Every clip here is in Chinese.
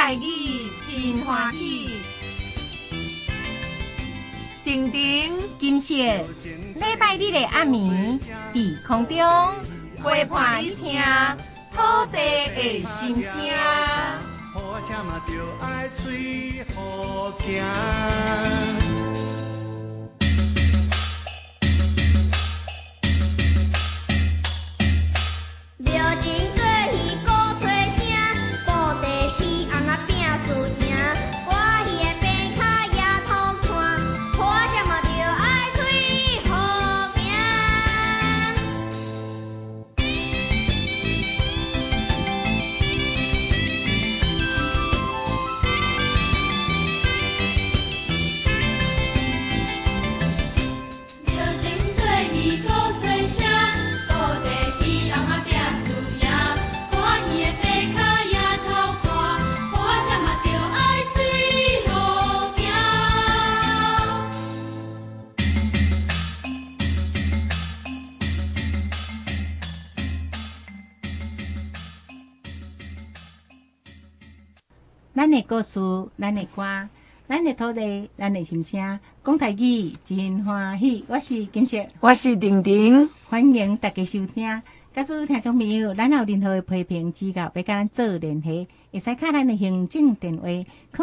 台语真欢喜。婷婷、金色，礼拜日的暗暝，伫空中陪伴你听土地的心声。 好声嘛就爱吹好听。 咱的故事，咱的歌，咱的土地，咱的心声，讲台语真欢喜。我是金色， 我是婷婷， 欢迎大家收听。假使听众朋友，咱有任何的批评指教，要甲咱做联系，会使敲咱的行政电话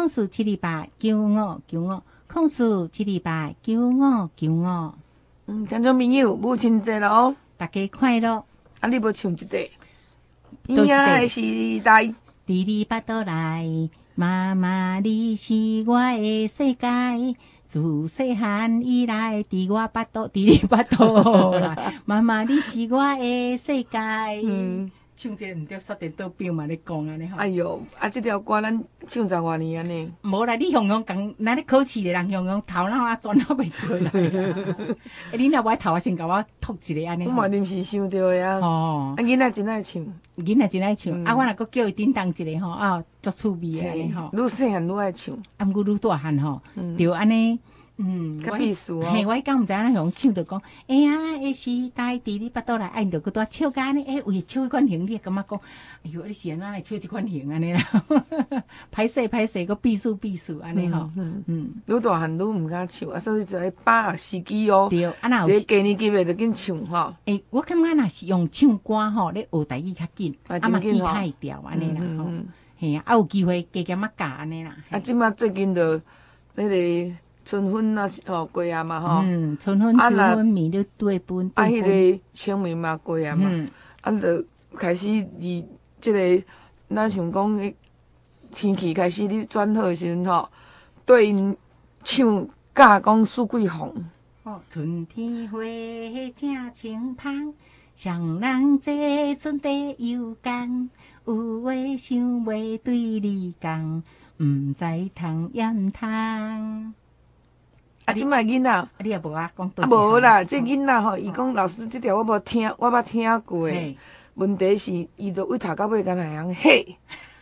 ：0478959595，0478959595。 听众朋友，母亲节咯， 大家快乐。 啊，你要唱一个？伊呀的时代， 伫你巴肚内。妈妈，你是我的世界，自细汉以来，伫我巴肚，伫你巴肚内。妈妈，你是我的世界。唱这毋对，煞电倒表嘛咧讲安尼吼。 哎哟，这条歌咱唱10多年安尼。 无啦，你雄雄讲，咱咧考试的人雄雄头脑转啊袂过来。你若我头先甲我吐一个安尼。 我嘛临时想到的啊。哦。囡仔真爱唱。 囡仔真爱唱，我若阁叫伊叮当一个吼，足趣味的安尼吼。 愈细汉愈爱唱， 毋过愈大汉吼，就安尼， 较秘书哦。 嘿，我敢毋知影咱用唱着讲，哎呀，迄时代伫你巴肚内，因着佮多唱甲安尼，为唱迄款型，你会感觉讲，哎哟，你是安怎来唱即款型安尼啦？歹势，佮避暑安尼吼。 愈大汉愈毋敢唱，所以就要把握时机哦。 对，若有低年级的就紧唱吼。 我感觉若是用唱歌吼，咧学台语较紧，嘛记较会调安尼啦吼。嘿啊，有机会加减教安尼啦。 即马最近就迄个春分啊，过啊嘛吼。 春分蜜月对分。 迄个清明嘛过啊嘛，就开始伫即个，咱想讲天气开始咧转好的时阵吼，对因唱教讲四季风。 春天花正清芳，双人坐春地游港。有话想袂对你讲，毋知通也毋通。 即摆囡仔， 你也无讲无啦，这囡仔吼，伊讲老师这条我无听，我捌听过。问题是，伊就为头到尾敢若样嘿。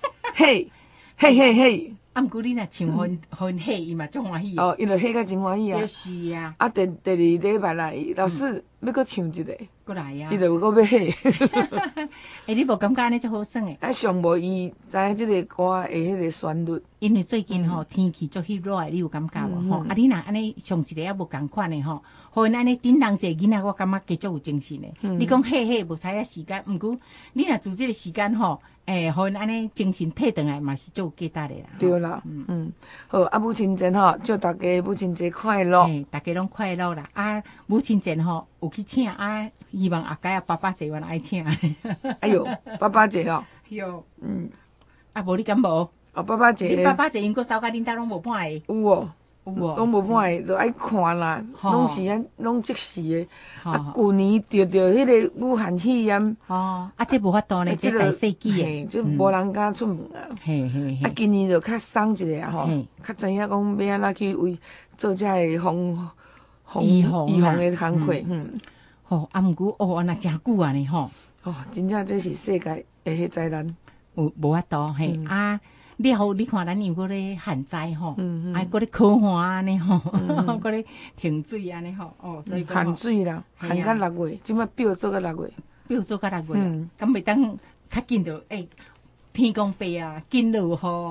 毋过你若唱分嘿，伊嘛足欢喜。 伊就嘿甲真欢喜啊。 就是啊。 第二礼拜来，老师要搁唱一个。 过来啊！ 伊就搁要嘿。 你无感觉安尼足好耍诶？ 上无伊知影即个歌的迄个旋律。 因为最近吼天气足翕热，你有感觉无吼？你若安尼上一个也无共款诶吼，互因安尼叮当者囡仔，我感觉加足有精神诶。你讲嘿无采啊时间，毋过你若做即个时间吼，互因安尼精神退转来嘛是足有价值诶啦。 对啦，好母亲节吼，祝大家母亲节快乐。 大家拢快乐啦！母亲节吼有去请希望后摆爸爸节原来爱请。 哎哟，爸爸节哦。 哟，无你敢无？ 爸爸节， 你爸爸节因个走甲恁兜拢无歹诶。 有哦，拢无歹诶，就爱看啦，拢是拢即时诶。旧年着迄个武汉肺炎。 这无法度呢，这大世纪诶， 就无人敢出门啊。今年就较松一下吼，较知影讲要安怎去为做遮个预防诶工课。 毋过安那真久啊呢吼。 真正这是世界诶迄灾难。 无法度嘿你看咱又搁咧旱灾吼，搁咧可旱安尼吼，搁咧停水安尼吼，所以旱水啦，旱到6月，即摆表做到6月， 敢袂当较紧着天公伯啊，紧落雨，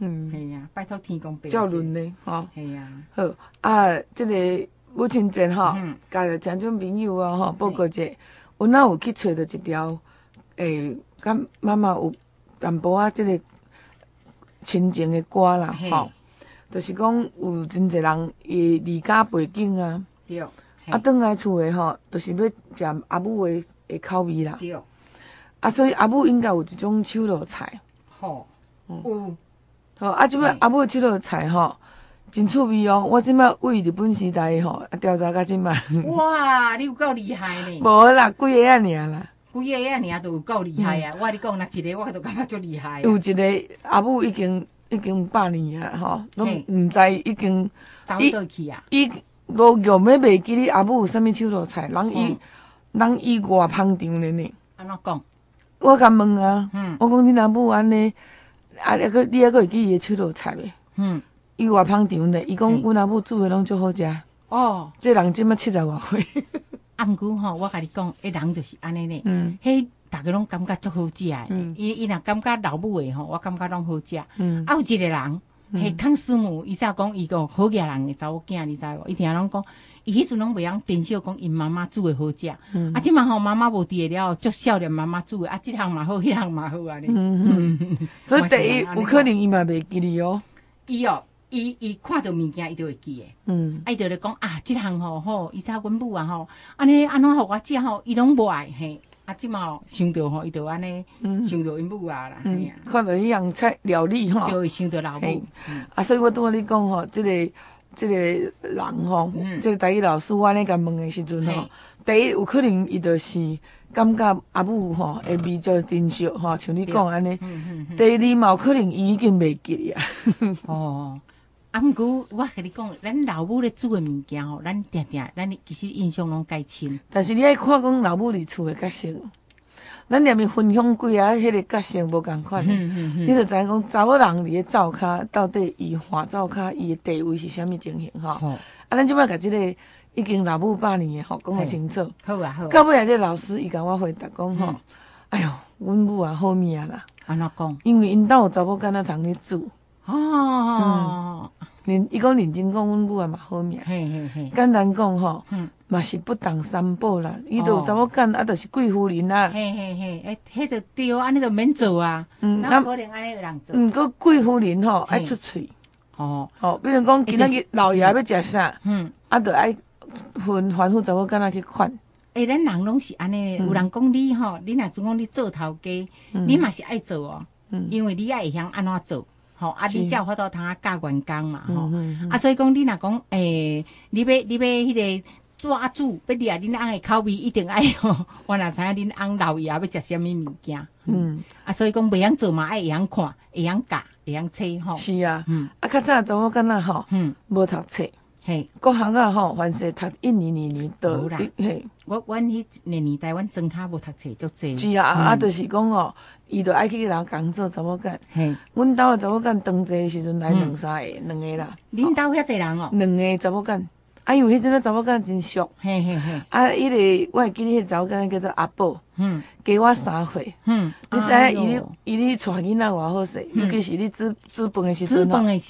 系啊，拜托天公伯照论呢，吼。 系啊， 好啊，即个母亲节吼，甲着听众朋友啊吼报告者，阮哪有去找着一条甲妈妈有淡薄仔即个亲情的歌啦，吼，就是讲有真侪人伊离家背景啊， 对， 啊，转来厝诶吼，就是要食阿母诶口味啦， 对， 啊，所以阿母应该有一种手路菜， 好，有， 吼，啊，即摆阿母诶手路菜吼。真趣味哦！我即摆为日本时代吼，调查到即摆。 哇，你有够厉害呢！ 无啦，几个啊尔啦。 几个啊，尔都有够厉害啊！我跟你讲，若一个我都感觉足厉害。 有一个阿母已经8年啊，吼，拢毋知已经走倒去啊！ 伊都用要袂记哩阿母有啥物手路菜，人以外捧场咧呢。 安怎讲？ 我甲问啊，我讲恁阿母安尼，啊，你还佫会记伊诶手路菜袂？意外捧场咧，伊讲阮阿母煮诶拢足好食。哦，这人即摆70外岁。 啊，毋过吼，我甲你讲，人就是安尼呢。迄逐个拢感觉足好食诶。伊若感觉老母诶吼，我感觉拢好食。啊，有一个人，迄康师母，伊则讲伊个好野人诶查某囝，你知无？伊定拢讲，伊迄阵拢袂晓珍惜讲因妈妈煮诶好食。啊，即满吼妈妈无伫诶了，足少年妈妈煮诶，啊，即项嘛好，迄项嘛好安尼。 所以第一有可能伊嘛袂记哩哦。 伊哦。伊看到物件，伊就会记诶。伊就咧讲啊，即项吼好，伊猜阮母啊吼，安尼安怎互我食吼，伊拢无爱嘿。啊，即嘛想到吼，伊就安尼想到因母啊啦。 看到迄样菜料理吼， 就会想到老母。 啊，所以我拄仔你讲吼，即个人吼，即个台语老师，我安尼甲问诶时阵吼，第一有可能伊就是感觉阿母吼会味足珍惜吼，像你讲安尼。第二嘛有可能伊已经袂记哩啊。哦。 啊，毋过我甲你讲，咱老母咧煮诶物件吼，咱定咱其实印象拢介深。 但是你爱看讲老母伫厝诶角色，咱连面分享几啊，迄个角色无共款。你就知影讲查某人伫咧灶骹，到底伊换灶骹伊诶地位是啥物情形吼？啊，咱即摆甲即个已经老母8年诶吼，讲互清楚。 好啊好。 到尾啊，这老师伊甲我回答讲吼，哎哟，阮母啊好命啦。 安怎讲？ 因为因兜有查某囡仔通咧煮。哦。伊讲认真讲，阮母也嘛好命。简单讲吼，嘛是不当三宝啦。伊都有查某囝，啊，就是贵妇人啦。 迄就对，安尼就免做啊。那可能安尼有人做。 过贵妇人吼爱出喙。哦。比如讲今仔日老爷要食啥，啊，就爱吩咐查某囡仔去款。 咱人拢是安尼，有人讲你吼，你若总讲你做头家，你嘛是爱做哦，因为你爱会晓安怎做。吼，啊，你才有法度通教员工嘛，吼，啊，所以讲你若讲，你要迄个抓煮，要掠恁翁的口味，一定爱吼，我若知影恁翁老爷要食啥物物件，啊，所以讲袂晓做嘛，爱会晓看，会晓教，会晓猜吼。 是啊，啊，较早查某囡仔吼，无读册，嘿，各行啊吼，凡是读1年2年倒，嘿， 阮迄年代，阮庄脚无读册足济。 是啊，啊，就是讲吼。伊就爱去人工做查某囝，阮兜诶查某囝当济时阵来2、3个，2个啦。 恁兜遐济人哦 ？2个查某囝，啊，因为迄阵查某囝真俗，啊，迄个我会记得迄查某囝叫做阿宝，加我3岁，你知影伊咧带囡仔偌好势，尤其是你煮饭诶时阵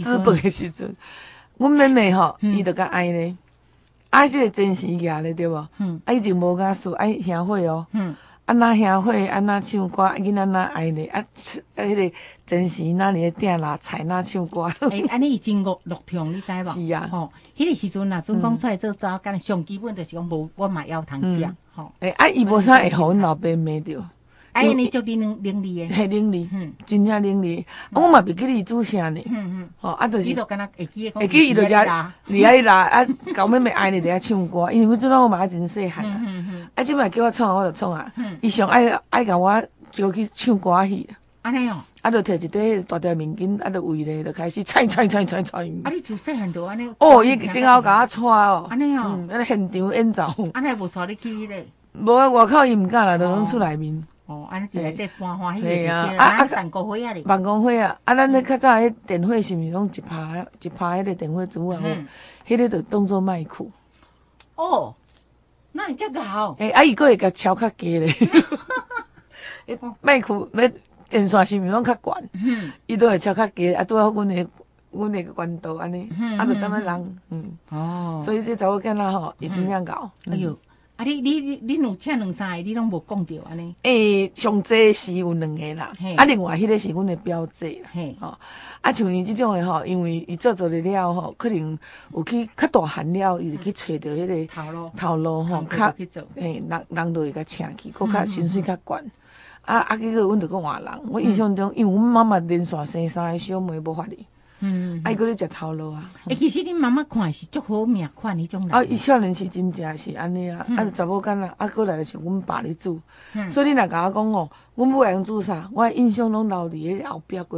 阮妹妹吼，伊就甲爱咧，爱即个真时举咧对无？啊，伊就无甲输，爱兄会哦。安那兄会，安那唱歌，囡仔哪爱咧？啊，迄个真时哪里点辣菜，哪唱歌？ 安尼伊真乐听，你知无？ 是啊， 吼，迄个时阵若阵讲出来做查某囝，上基本就是讲无，我嘛要通食，吼。 伊无啥会互阮老爸骂着。 安尼足伶俐诶。 嘿，伶俐，真正伶俐。我嘛袂记你煮啥呢。吼，啊，就是。 伊就敢若会记会记伊就厉害啦，啊，搞妹妹爱你伫遐唱歌，因为迄阵我嘛真细汉啊。啊，即摆叫我创，我就创啊。伊上爱甲我招去唱歌去。 安尼哦。 啊，就摕一块大条面巾，啊，就围咧，就开始踩。 啊，你自细汉就安尼。 哦，伊真好甲我带哦。 安尼哦。 安尼现场演奏。 安尼无带你去咧。 无啊，外口伊毋敢啦，就拢厝内面。 哦，安尼伫内底搬欢喜个，啊，办公会啊哩。 办公会啊，啊，咱咧较早迄电火是毋是拢一拍迄个电火珠啊？迄个就当做麦克。 哦，那你这个好。 啊，伊佫会甲敲较低咧。麦克要电线是毋是拢较悬，伊都会超较低，拄好阮的管道安尼，就踮咧人， 哦， 所以这查某囡仔吼，伊真正搞。 哎哟，啊你有请两三个，你拢无讲着安尼？ 上济是有2个啦，另外迄个是阮的表姐啦，像伊即种的吼，因为伊做了吼，可能有去较大汉了，伊就去找着迄个头路吼，较人就会甲请去，搁较薪水较悬。结果阮就搁换人，我印象中，因为阮妈妈连续生3个小妹无法哩。伊搁咧食头路啊！ 其实恁妈妈看是足好命款迄种人。 伊少年时真正是安尼啊，查某囡仔，过来就是阮爸咧煮。所以你若甲我讲哦，阮母会用煮啥，我印象拢留伫迄后壁过。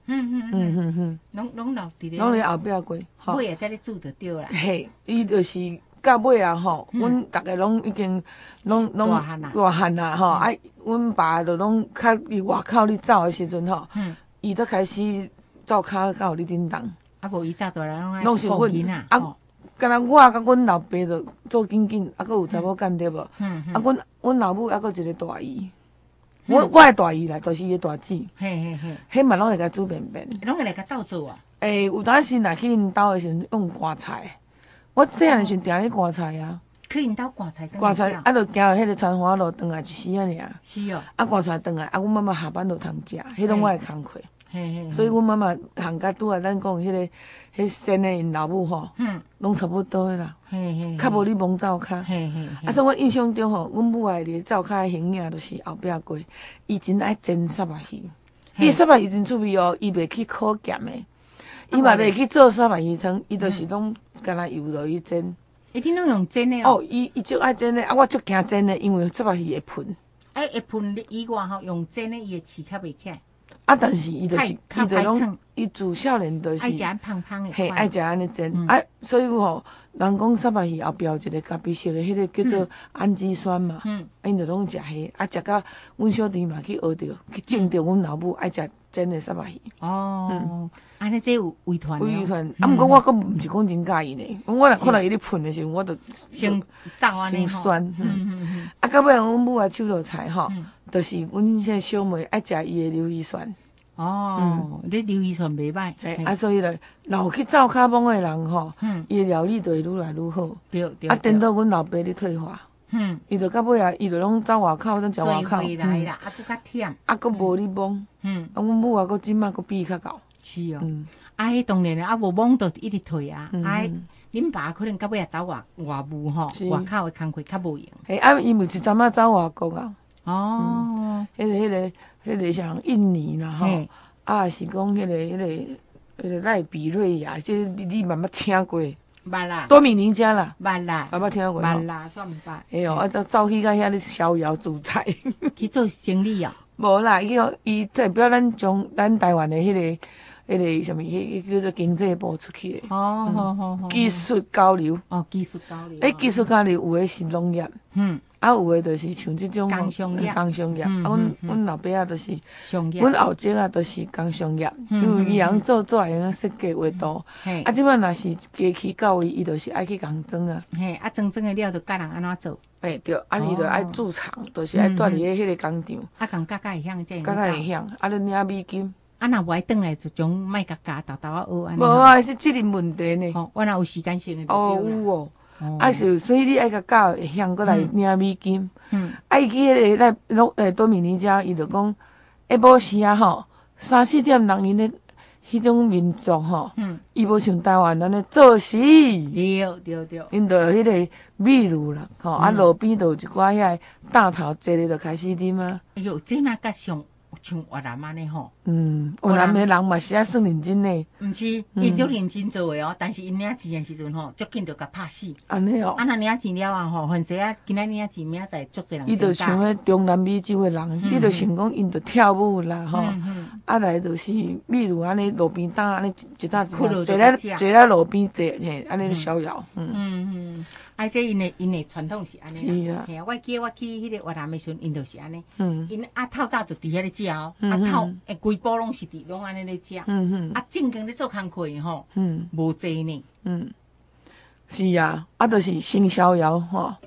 拢留伫咧。 拢伫后壁过。 尾也在咧煮就对啦。 嘿，伊就是到尾啊吼，阮逐个拢已经拢大汉啦吼，阮爸就拢较伫外口咧走的时阵吼，伊都开始。灶骹到你顶动， 无伊早大人拢是阮敢若我甲阮老爸就做紧紧，搁有查某干对无？阮老母搁一个大姨，我的大姨啦，就是伊的大姊，迄嘛拢会甲煮便便， 拢会来甲斗做啊？ 有当时若去因兜的时阵用刮菜，我细汉时定咧刮菜啊。 去因兜刮菜， 就行迄个田花路转来一时啊尔。 是哦。 刮菜转来，阮妈妈下班就通食，迄拢我的工课。所以阮妈妈行甲拄啊，咱讲迄生的因老母吼，拢差不多的啦，较无你蒙灶骹。所以我印象中吼，阮母爱咧灶骹的形影就是后壁过，伊真爱煎沙白鱼，伊沙白鱼真趣味哦，伊袂去烤咸的，伊嘛袂去做沙白鱼汤，伊就是拢干那油落去煎。 你拢用煎的哦？ 伊足爱煎的，我足惊煎的，因为沙白鱼会喷。 会喷以外吼，用煎的伊的刺较袂起来。 但是伊就是伊就拢伊自少年就是爱食胖胖的， 嘿，爱食安尼煎所以吼，人讲沙白鱼后壁有一个咖啡色的，迄个叫做氨基酸嘛，因就拢食迄，食到阮小弟嘛去学着，去种着阮老母爱食煎的沙白鱼。 哦，安尼这有遗传。 遗传，毋过我佫毋是讲真介意呢，我若看到伊咧喷的时候，我就先走安尼先酸。到尾阮母的手道菜吼，就是阮迄个小妹爱食伊的鱿鱼蒜。 哦，你鱿鱼蒜袂歹。 所以咧，有去灶骹帮的人吼，伊的料理就会愈来愈好。 对。 等到阮老爸咧退化，伊就到尾啊，伊就拢走外口，咱食外口。 回来啦，佫较忝。 佫无你忙。阮母啊，佫即摆佫比伊较高。 是哦。迄当然啦，无忙就一直退啊。恁爸可能到尾也走外务吼，外口的工课较无用。 因为一阵仔走外国啊。 哦。 迄个像印尼啦吼，是讲迄个赖比瑞亚，这你捌捌听过？ 捌啦。 多米尼加啦。 捌啦。 捌听过？ 捌啦，煞毋捌。 走去甲遐咧逍遥自在。 去做生意哦。 无啦，伊代表咱台湾的迄个什么，迄叫做经济部出去的。 好。 技术交流。 技术交流。 技术交流有诶是农业。有诶就是像即种工商业。 阮老爸啊，就是商业。 阮后姐啊，就是工商业，因为伊通做会用设计画图。即摆若是家去教育，伊就是爱去工装啊。 装的了就教人安怎做。 对，伊就爱驻场，就是爱住伫迄个工厂。 工教会晓这样。 教会晓，你领美金。 若无爱转来就将莫甲豆豆学安尼。 无是责任问题呢。 我若有时间性的。 有哦。所以你爱甲教会晓过来领美金。伊去迄个多米尼加，伊就讲下晡时啊吼，3、4点人因咧迄种民族吼，伊无像台湾安尼做事。 对。 因就迄个秘鲁啦，路边就有一寡遐大头坐咧，就开始啉啊。 哎哟，这哪甲像越南安尼吼？ 越南的人嘛是算认真的。 毋是，伊足认真做的哦，但是因领钱的时阵吼，足紧就甲拍死。 安尼哦。 若领钱了啊吼，凡是今仔领钱，明仔载足侪人。 伊就像迄中南美洲的人，你就想讲因就跳舞啦吼，来就是秘鲁安尼路边摊安尼一搭坐咧路边坐嘿，安尼逍遥。 这因的传统是安尼啦。 是啊。我记我去迄个越南的时阵，因就是安尼。因透早就伫遐咧食哦，规部拢是拢安尼咧食。正经咧做工课吼，无济呢。 是啊，就是先逍遥吼，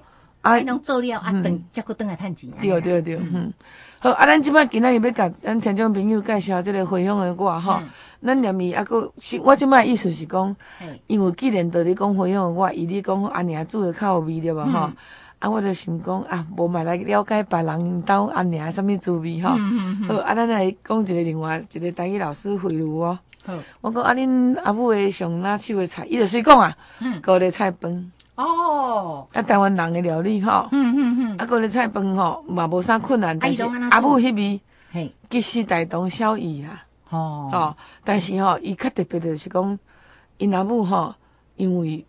啊，拢做了啊，才搁转来趁钱。 对，好啊，咱即摆今仔日要甲咱听众朋友介绍即个回乡的我吼，咱念伊啊个，我即摆意思是讲，因为既然在咧讲回乡的我，伊咧讲安尼煮的较有味对吧吼？啊，我就想讲啊，无嘛来了解别人因兜安尼什物滋味吼。好啊，咱来讲一个另外一个台语老师回炉哦。我讲啊，恁阿母的上拿手的菜，伊就随讲啊，高丽菜饭。哦，啊，台湾人的料理吼，啊，高丽菜饭吼嘛无啥困难，但是阿母迄味，其实大同小异啦。哦，但是吼，伊较特别就是讲，因阿母吼，因为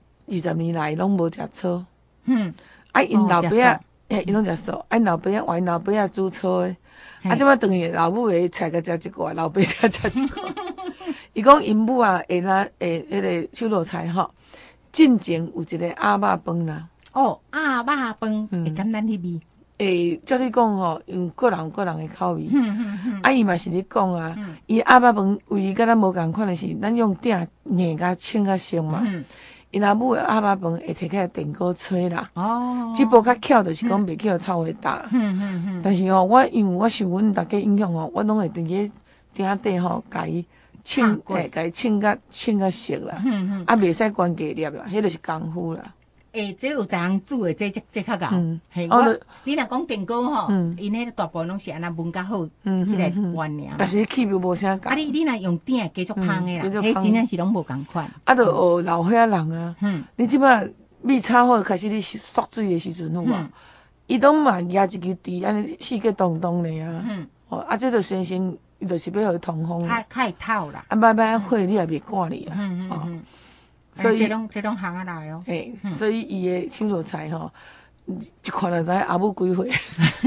20年来拢无食草，啊，因老爸啊，因拢食素，啊，因老爸啊，换因老爸啊煮草的，啊，即摆等于老母的菜甲食一寡，老爸才食一寡。伊讲因母啊，会迄个手螺菜吼。进前有一个鸭肉饭啦。哦， 鸭肉饭会简单迄味。 诶，照你讲吼，因为个人有个人的口味。啊，伊嘛是咧讲啊，伊鸭肉饭为伊甲咱无共款的是，咱用鼎硬甲清甲熟嘛。因阿母的鸭肉饭会摕起来电锅吹啦。哦。只步较巧就是讲袂去互臭会大。但是吼，因为我受阮大家影响吼，我拢会伫咧鼎底吼，甲伊。甲伊清甲熟啦，啊，袂使关价粒啦，迄就是功夫啦。 这有一人煮的，这较高。你若讲电锅吼，因迄大部分拢是安那焖较好，即个原料。 但是气味无啥共。 啊，你若用鼎继续芳的啦，迄真正是拢无共款。 啊，就学老岁仔人啊，你即摆米炒好开始你缩水的时阵有无？伊拢嘛压一支猪安尼四个洞洞的啊。哦，啊，这就先。伊就是要互伊通风， 较会透啦。 啊，摆火你也袂赶你啊。 所以这种行啊来哦。 所以伊的手螺菜吼，一看就知阿母几岁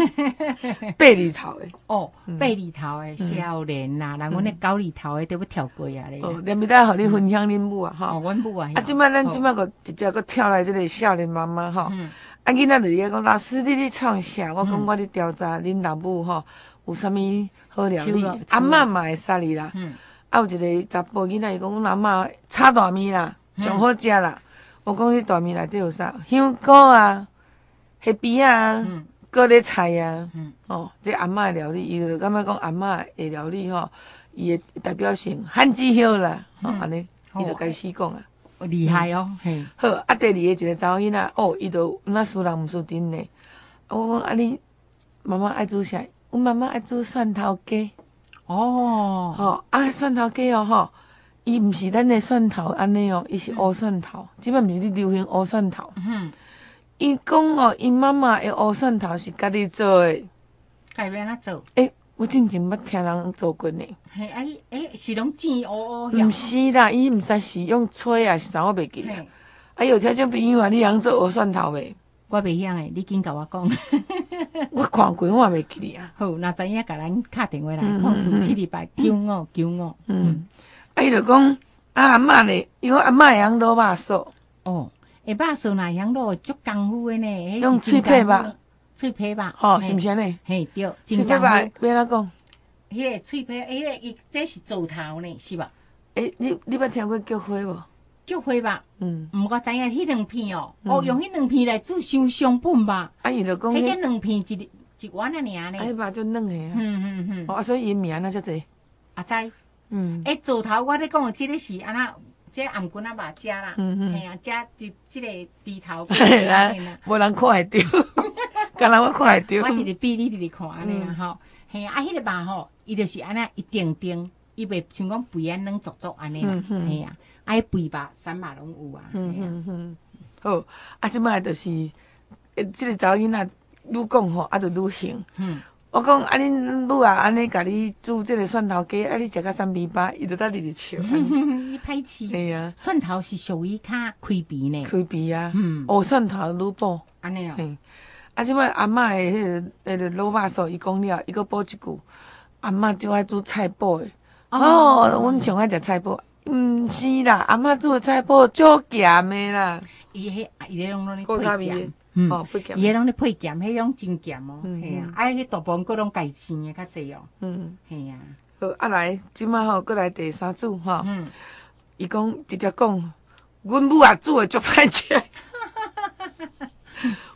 ，8字头的。哦，8字头的少年啦，人阮咧9字头的都要跳过啊咧。哦，连咪得互你分享恁母啊，吼。 阮母啊。 啊，即摆咱即摆个直接个跳来即个少年妈妈吼。啊，囡仔就咧讲，老师你咧创啥？我讲我咧调查恁老母吼。有啥物好料理？阿嬷嘛会杀你啦。啊，有一个查甫囡仔伊讲，阮阿嬷炒大面啦，上好食啦。我讲你大面内底有啥？香菇啊，虾皮啊，高丽菜啊。哦，这阿嬷的料理，伊就感觉讲阿嬷的料理吼，伊的代表性番薯叶啦，安尼，伊就开始讲啊。 厉害哦，嘿。 好，啊，第二个一个查某囡仔，哦，伊就那输人毋输阵呢。我讲啊，你妈妈爱煮啥？阮妈妈爱煮蒜头鸡。哦，吼啊，蒜头鸡哦，吼，伊毋是咱的蒜头安尼哦，伊是乌蒜头，即摆毋是咧流行乌蒜头。伊讲哦，因妈妈的乌蒜头是家己做的。 家己要安怎做？ 我真正捌听人做过呢。 嘿，是拢煎乌乌。 毋是啦，伊毋知是用吹啊，是啥我袂记啦。有听种朋友啊，你通做乌蒜头袂？ 我袂晓诶，你紧甲我讲。 我看过，我也袂记哩啊。 好，若知影，甲咱敲电话来，控诉7289595。 伊就讲阿嬷咧，伊讲阿嬷会晓卤肉素。哦， 肉素若会晓卤，足功夫诶呢。 用脆皮肉， 脆皮肉， 吼，是毋是安尼？ 嘿，对， 脆皮肉要安怎讲？ 迄个脆皮，伊这是灶头呢，是吧？ 你捌听过菊花无？ 菊花肉，毋过知影迄两片哦，用迄两片来煮上本吧。 啊，伊就讲， 迄只两片一碗啊尔呢。 迄肉就嫩诶啊。所以伊名那遮济。 啊知。灶头我咧讲的，即个是安那，即个颔棍仔肉食啦。嘿啊，食即个猪头。 嘿啦，无人看会着，敢若我看会着。 我直直比你直直看安尼啦吼。嘿啊，迄个肉吼，伊就是安尼一定定，伊袂像讲肥安软足足安尼啦。嘿啊。爱肥肉、散肉拢有啊。好，啊，即摆就是，即个查某囡仔愈讲吼，啊，就愈兴。我讲啊，恁母啊，安尼甲你煮即个蒜头鸡，啊，你食甲3尾巴，伊就当直直笑。伊歹饲。系啊。蒜头是属于较开鼻呢。开鼻啊。乌蒜头愈补。安尼哦。啊，即摆阿嬷的迄个卤肉素，伊讲了，伊阁补一句，阿嬷就爱煮菜脯的。哦，阮上爱食菜脯。毋是啦，阿嬷煮的菜脯足咸的啦。伊咧拢咧配咸，配咸。伊咧拢咧配咸，迄种真咸哦。嘿啊，迄大部分佫拢家生的较济哦。嘿啊。好，啊来，即摆吼，佫来第三组吼。伊讲直接讲，阮母啊煮的足歹食。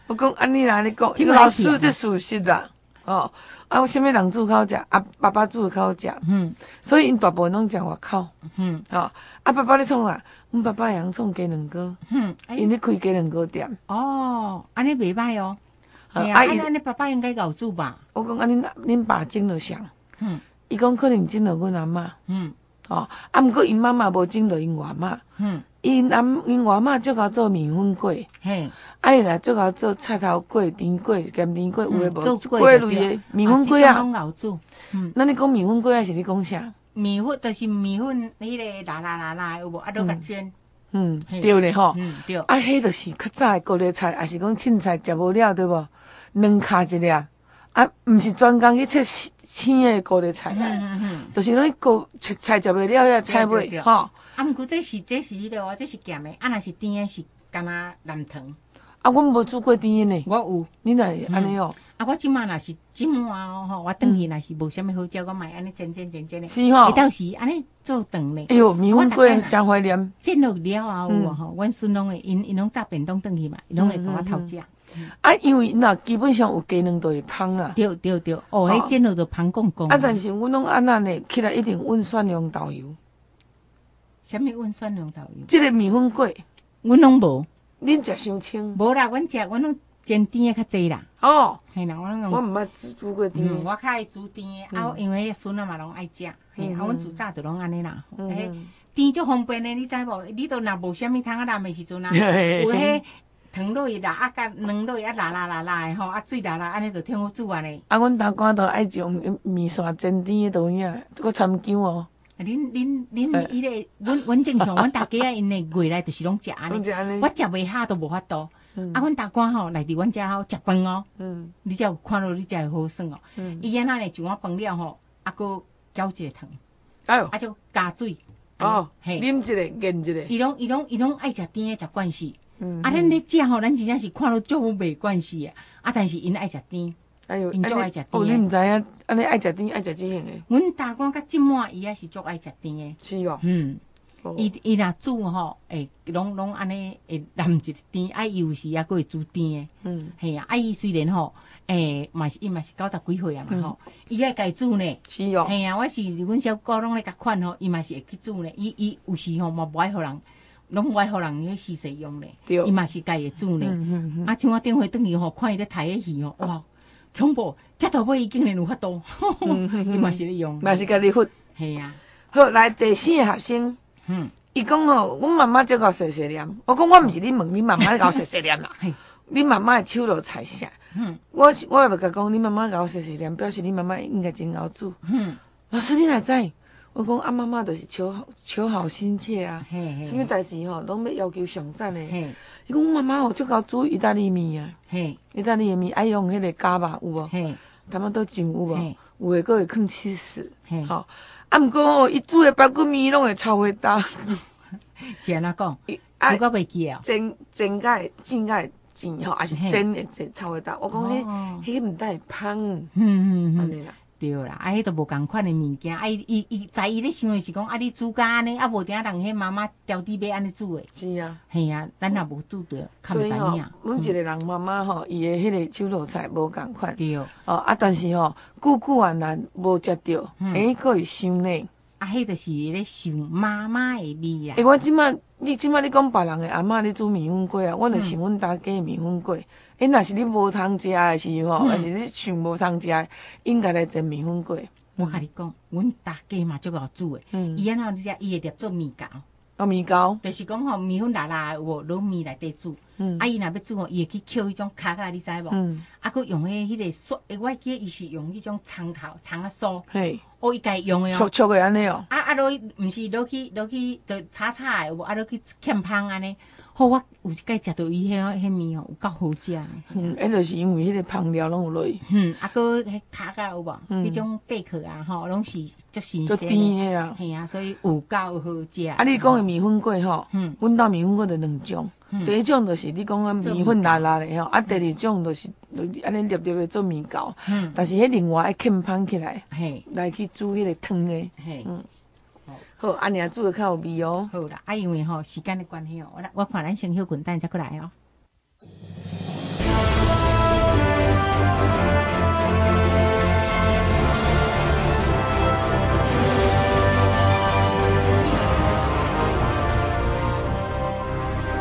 我讲安尼啦，你讲， 这个这个老师这属实啦，哦，啊，我啥物人煮较好食，啊，爸爸煮较好食，所以因大部分拢食外口，哦，啊，爸爸咧创啊，阮爸爸会晓创鸡卵糕，因咧开鸡卵糕店。 哦，安尼袂歹哦。哎呀，安尼爸爸应该搞煮吧？ 我讲啊，恁爸蒸就像，伊讲可能蒸着阮阿嬷，哦，啊，毋过因妈妈无蒸着因外嬷，因外嬷足够做面粉粿， 嘿， 啊伊来足够做菜头粿、甜粿、咸甜粿，有诶无？ 做粿类诶面粉粿啊。 拢熬煮。 那你讲面粉粿还是你讲啥？ 面粉就是面粉，迄个啦有无？啊，都甲煎。 对咧吼。 对。 啊，迄就是较早诶高丽菜，还是讲凊彩食无了，对无？两卡一粒，啊，毋是专工去切青诶高丽菜啊，就是拢高菜食袂了遐菜尾吼。 啊，毋过这是迄个哦，这是咸诶，啊，若是甜诶是干那蓝糖。 啊，阮无煮过甜诶呢。 我有。 你若安尼哦？ 啊，我即满若是即满哦吼，我转去若是无啥物好食，我买安尼煎诶。 是吼。 到时安尼做饭咧。 哎哟，面粉粿真怀念。 煎落了后有吼，阮孙拢会因拢炸便当转去嘛，因拢会甲我偷食。 啊，因为那基本上有鸡卵都会芳啦。 对，哦，迄煎落就芳公公。 啊，但是阮拢安那呢，起来一定温蒜蓉豆油。 啥物温蒜蓉豆油？ 即个面粉粿， 阮拢无。 恁食伤清？ 无啦，阮拢煎甜诶较济啦。 哦， 嘿啦， 我毋捌煮过甜诶。 我较爱煮甜诶，啊，因为孙仔嘛拢爱食，嘿，啊，阮自早就拢安尼啦。嘿，甜足方便诶，你知无？你都若无啥物汤啊淋诶时阵啊，有迄。糖落去啦，啊，甲卵落去啊，辣诶吼，啊，水辣，安尼就挺好煮安尼。 啊，阮大官都爱用面线煎甜诶都影，搁掺姜哦。 恁迄个，阮正常，阮大家啊，因诶月内就是拢食安尼。我食袂下都无法度。啊，阮大官吼来伫阮遮吼食饭哦。你才有看到，你才会好耍哦。伊安那咧一碗饭了吼，啊，搁搅一个汤。哎呦！啊，就加水。 哦，嘿，啉一个，研一个。 伊拢爱食甜诶，食惯势。啊，咱咧食吼，咱真正是看到足袂惯势啊！啊，但是因爱食甜，因足爱食甜。 哦，你毋知影，安尼爱食甜，爱食即样诶。 阮大官甲即满伊也是足爱食甜诶。 是哦。 伊若煮吼，会拢安尼会淋一个甜，啊，伊有时也佫会煮甜诶。嘿啊，啊，伊虽然吼，伊嘛是90几岁啊嘛吼，伊爱家煮呢。 是哦。 嘿啊，我是阮小姑拢咧甲款吼，伊嘛是会去煮呢。伊有时吼嘛无爱互人。拢无爱互人迄试食用咧，伊嘛是家己煮咧。啊，像我顶回转去吼，看伊咧杀迄鱼吼，哇，恐怖！食到尾伊竟然有法度，伊嘛是咧用， 嘛是家己烀。 系啊。 好，来第4个学生，伊讲吼，阮妈妈就甲我细细念。我讲我毋是你问你妈妈甲我细细念啦，你妈妈的手落菜啥？我就甲讲，你妈妈甲我细细念，表示你妈妈应该真会煮。老师你哪知？我讲啊，妈妈就是求好心切啊，什么代志吼，拢要求上赞诶。伊讲妈妈吼，足够煮意大利面啊，意大利面爱用迄个咖吧有无？他们都酱有无？有诶，佫会放起司。吼，啊，毋过吼，伊煮诶排骨面拢会超会搭。 是安怎讲？煮到袂记啊？ 煎甲煎吼，还是煎会超会搭？我讲迄毋但会芳。安尼啦。 对啦，啊，迄都无共款的物件，啊，伊在伊咧想的是讲，啊，你煮甲安尼，啊，无定人迄妈妈调底要安尼煮的。 是啊， 系啊，咱也无煮着，较毋知影。 每一个人妈妈吼，伊的迄个手路菜无共款。 对。 哦，啊，但是吼，久啊难无食着，佫会伤呢。 啊，迄就是咧想妈妈的味啊。 你即摆你讲别人的阿嬷咧煮面粉粿啊，我著想阮大家的面粉粿。若是你无通食的时候，还是你想无通食的，应该来煎面粉粿。 我甲你讲，阮大家嘛足够煮的。伊安怎食，伊会捏做面糕。 哦，面糕。 就是讲吼，面粉辣有无？落面内底煮。啊，伊若要煮吼，伊会去捡迄种壳啊，你知无？啊，佮用迄个刷，我记得伊是用迄种葱啊酥。嘿。哦，伊家用的哦。 粗的安尼哦。 啊，落去，毋是落去，就炒的有无？啊，落去欠芳安尼。好，我有一摆食到伊迄面吼，有够好食的。 迄就是因为迄个香料拢有落去。 啊，佮迄壳啊有无？迄种贝壳啊，吼，拢是足新鲜。 足甜的啊。 嘿啊，所以有够好食。 啊，你讲的面粉粿吼，阮兜面粉粿就2种。第一种就是你讲啊面粉辣辣的吼，啊，第二种就是安尼粒粒的做面糕。但是迄另外爱欠芳起来，来去煮迄个汤的。好，安尼煮的较有味哦。 好啦，啊，因为吼时间的关系哦，我看咱先休困，等下再过来哦。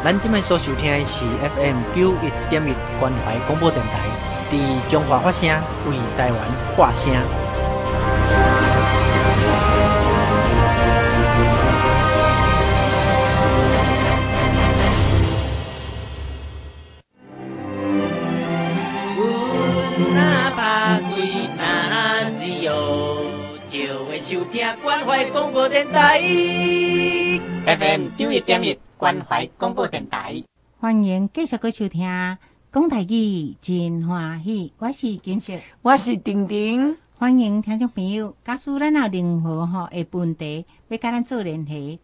咱今摆所收听的是 FM 91.1关怀广播电台，伫中华发声，为台湾发声。 哪怕贵哪自由，就会收听关怀广播电台 FM 91.1关怀广播电台。 欢迎继续收听讲台语真欢喜，我是金色， 我是婷婷。 欢迎听众朋友，假使咱有任何的问题，要甲咱做联系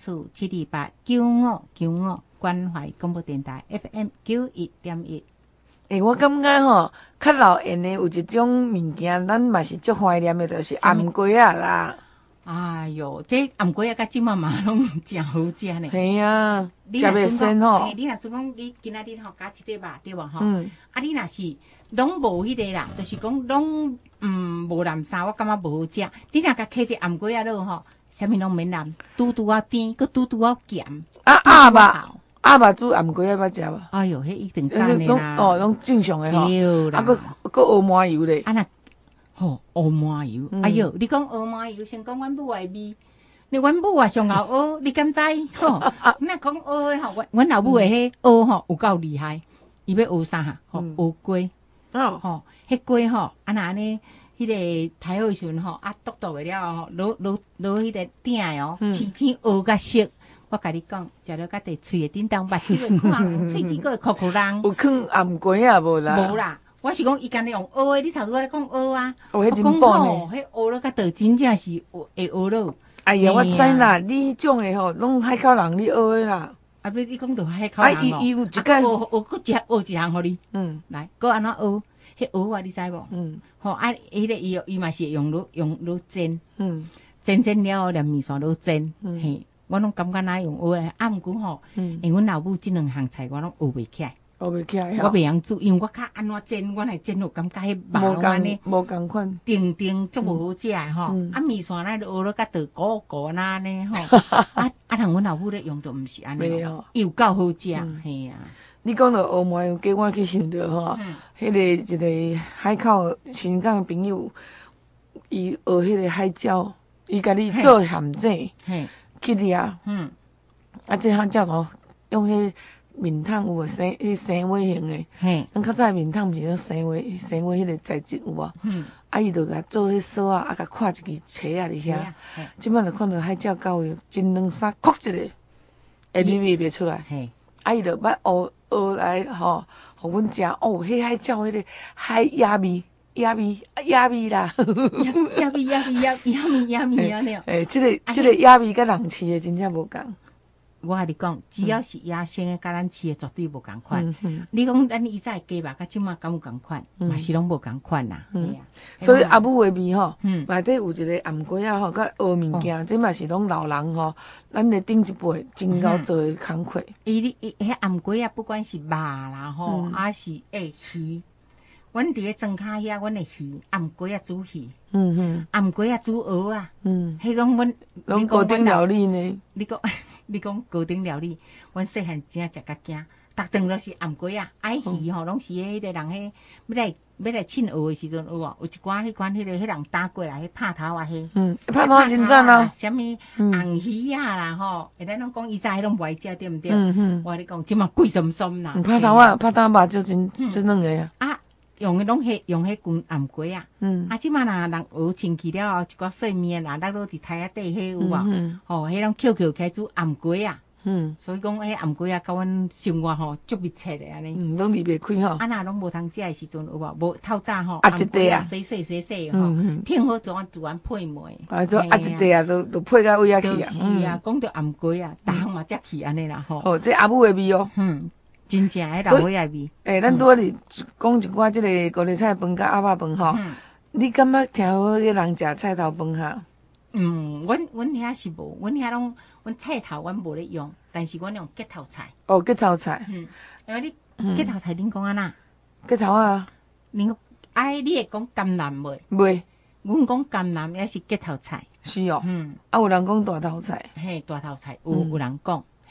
，04-728-9595关怀广播电台 FM 91.1。 我感觉较老演的有一种物件，咱嘛是足怀念的，就是頷龟啊啦。 哎哟，这頷龟啊，甲即满嘛拢真好食呢。 系啊，食袂生吼。 你若是讲你今仔日加一块肉对无吼？啊，你若是拢无迄个啦，就是讲拢无蓝衫，我感觉无好食。你若甲摕一頷龟啊落吼，啥物拢免蓝，拄拄啊甜，佮拄拄啊咸。 鸭肉煮頷龟啊，捌食无？ 哎哟，迄一定赞的啦。 拢正常的吼。 对啦。 啊，佮鹅麻油咧。 啊那。鹅麻油，哎哟，你讲鹅麻油，先讲阮母的味，阮母也上熬蚵，你敢知？吼，那讲蚵的吼，阮老母的迄蚵吼有够厉害，伊要蚵啥哈？蚵龟，吼，迄龟吼，啊那安尼，迄个太好时阵吼，啊剁剁的了吼，攞迄个鼎哦，青青蚵甲色。我甲你讲，食了甲地喙的叮当，目睭会看，喙齿个酷人。 有放頷龟啊无啦？ 无啦。我是讲，伊干咧用蚵的，你头拄仔咧讲蚵啊？ 迄真棒呢！ 迄蚵了，甲倒真正是会蚵了。 哎呀，我知啦，你种的吼，拢海口人你学的啦。 啊，你讲到海口人哦。伊有一间学一项互你。来，搁安怎学？迄蚵啊，你知无？吼啊，迄个伊嘛是用落煎。煎了连面线落煎。嘿，我拢感觉哪用蚵的，啊，毋过吼，因为阮老母即两项菜我拢学袂起来。 学袂起来， 我袂晓煮，因为我较安怎煎，我来煎有感觉迄肉安尼无共款， 定足无好食诶吼。啊面线咱就学了甲豆鼓鼓安尼吼。啊，同阮老母咧用都毋是安尼哦，又够好食，嘿啊。 你讲到鹅麻油鸡，我去想到吼，迄个一个海口新港诶朋友，伊学迄个海椒，伊甲你做咸井，去掠，啊，这项叫做用迄。面桶有无生活型的？咱较早面桶毋是种生活迄个材质有无？啊，伊就甲做迄sauce啊，甲看一支车啊伫遐。即摆就看到海椒到位，真两三哭一个，会入味袂出来。啊，伊就捌学来吼，互阮食哦，迄海椒迄个海鸭味啦， 鸭味安尼。 即个鸭味甲人饲的真正无共。 我甲你讲，只要是野生的，甲咱饲的绝对无共款。你讲咱以前鸡肉，甲即马敢有共款？嘛是拢无共款啦。 所以阿母的味吼，内底有一个頷龟啊吼，甲蚵物件，这嘛是拢老人吼，咱的顶一辈真够做的工课。 迄頷龟啊，不管是肉啦吼，还是鱼，阮伫咧庄骹遐，阮的鱼頷龟啊煮鱼，頷龟啊煮蚵啊，迄讲阮拢高等料理呢。 你讲高等料理，阮细汉真食甲惊，逐顿都是頷龟啊，爱鱼吼，拢是迄个人迄要来凊蚵的时阵有无？有一寡迄款迄人打过来，迄拍头啊迄。 拍头啊真赞啊！ 啥物红鱼啊啦吼，咱拢讲以前迄拢无爱食对毋对？我甲你讲，即马贵松松啦。 拍头啊肉就真软个啊。用迄拢用迄根頷龟啊，啊，即马若人学清气了后，一寡细面啦，咱落伫台仔底迄有无？吼，迄拢扣开煮頷龟啊，所以讲迄頷龟啊，甲阮生活吼足密切的安尼。 拢离袂开吼。 啊，若拢无通食的时阵有无？无透早吼， 一块啊， 洗吼，挺好自然配糜。 啊，做一块啊，都配到位啊去啊。 是啊，讲到頷龟啊，逐项嘛食去安尼啦吼。 哦，这阿母的味哦。 真正迄老尾爱味。 咱拄仔是讲一寡即个高丽菜饭甲鸭肉饭吼。你感觉听好个人食菜头饭哈？ 阮遐是无，阮遐拢阮菜头阮无咧用，但是阮用结头菜。 哦，结头菜。 因为你结头菜恁讲安那？ 结头啊？ 恁你会讲甘蓝袂？ 袂。 阮讲甘蓝也是结头菜。 是哦。啊，有人讲大头菜。 嘿，大头菜有人讲。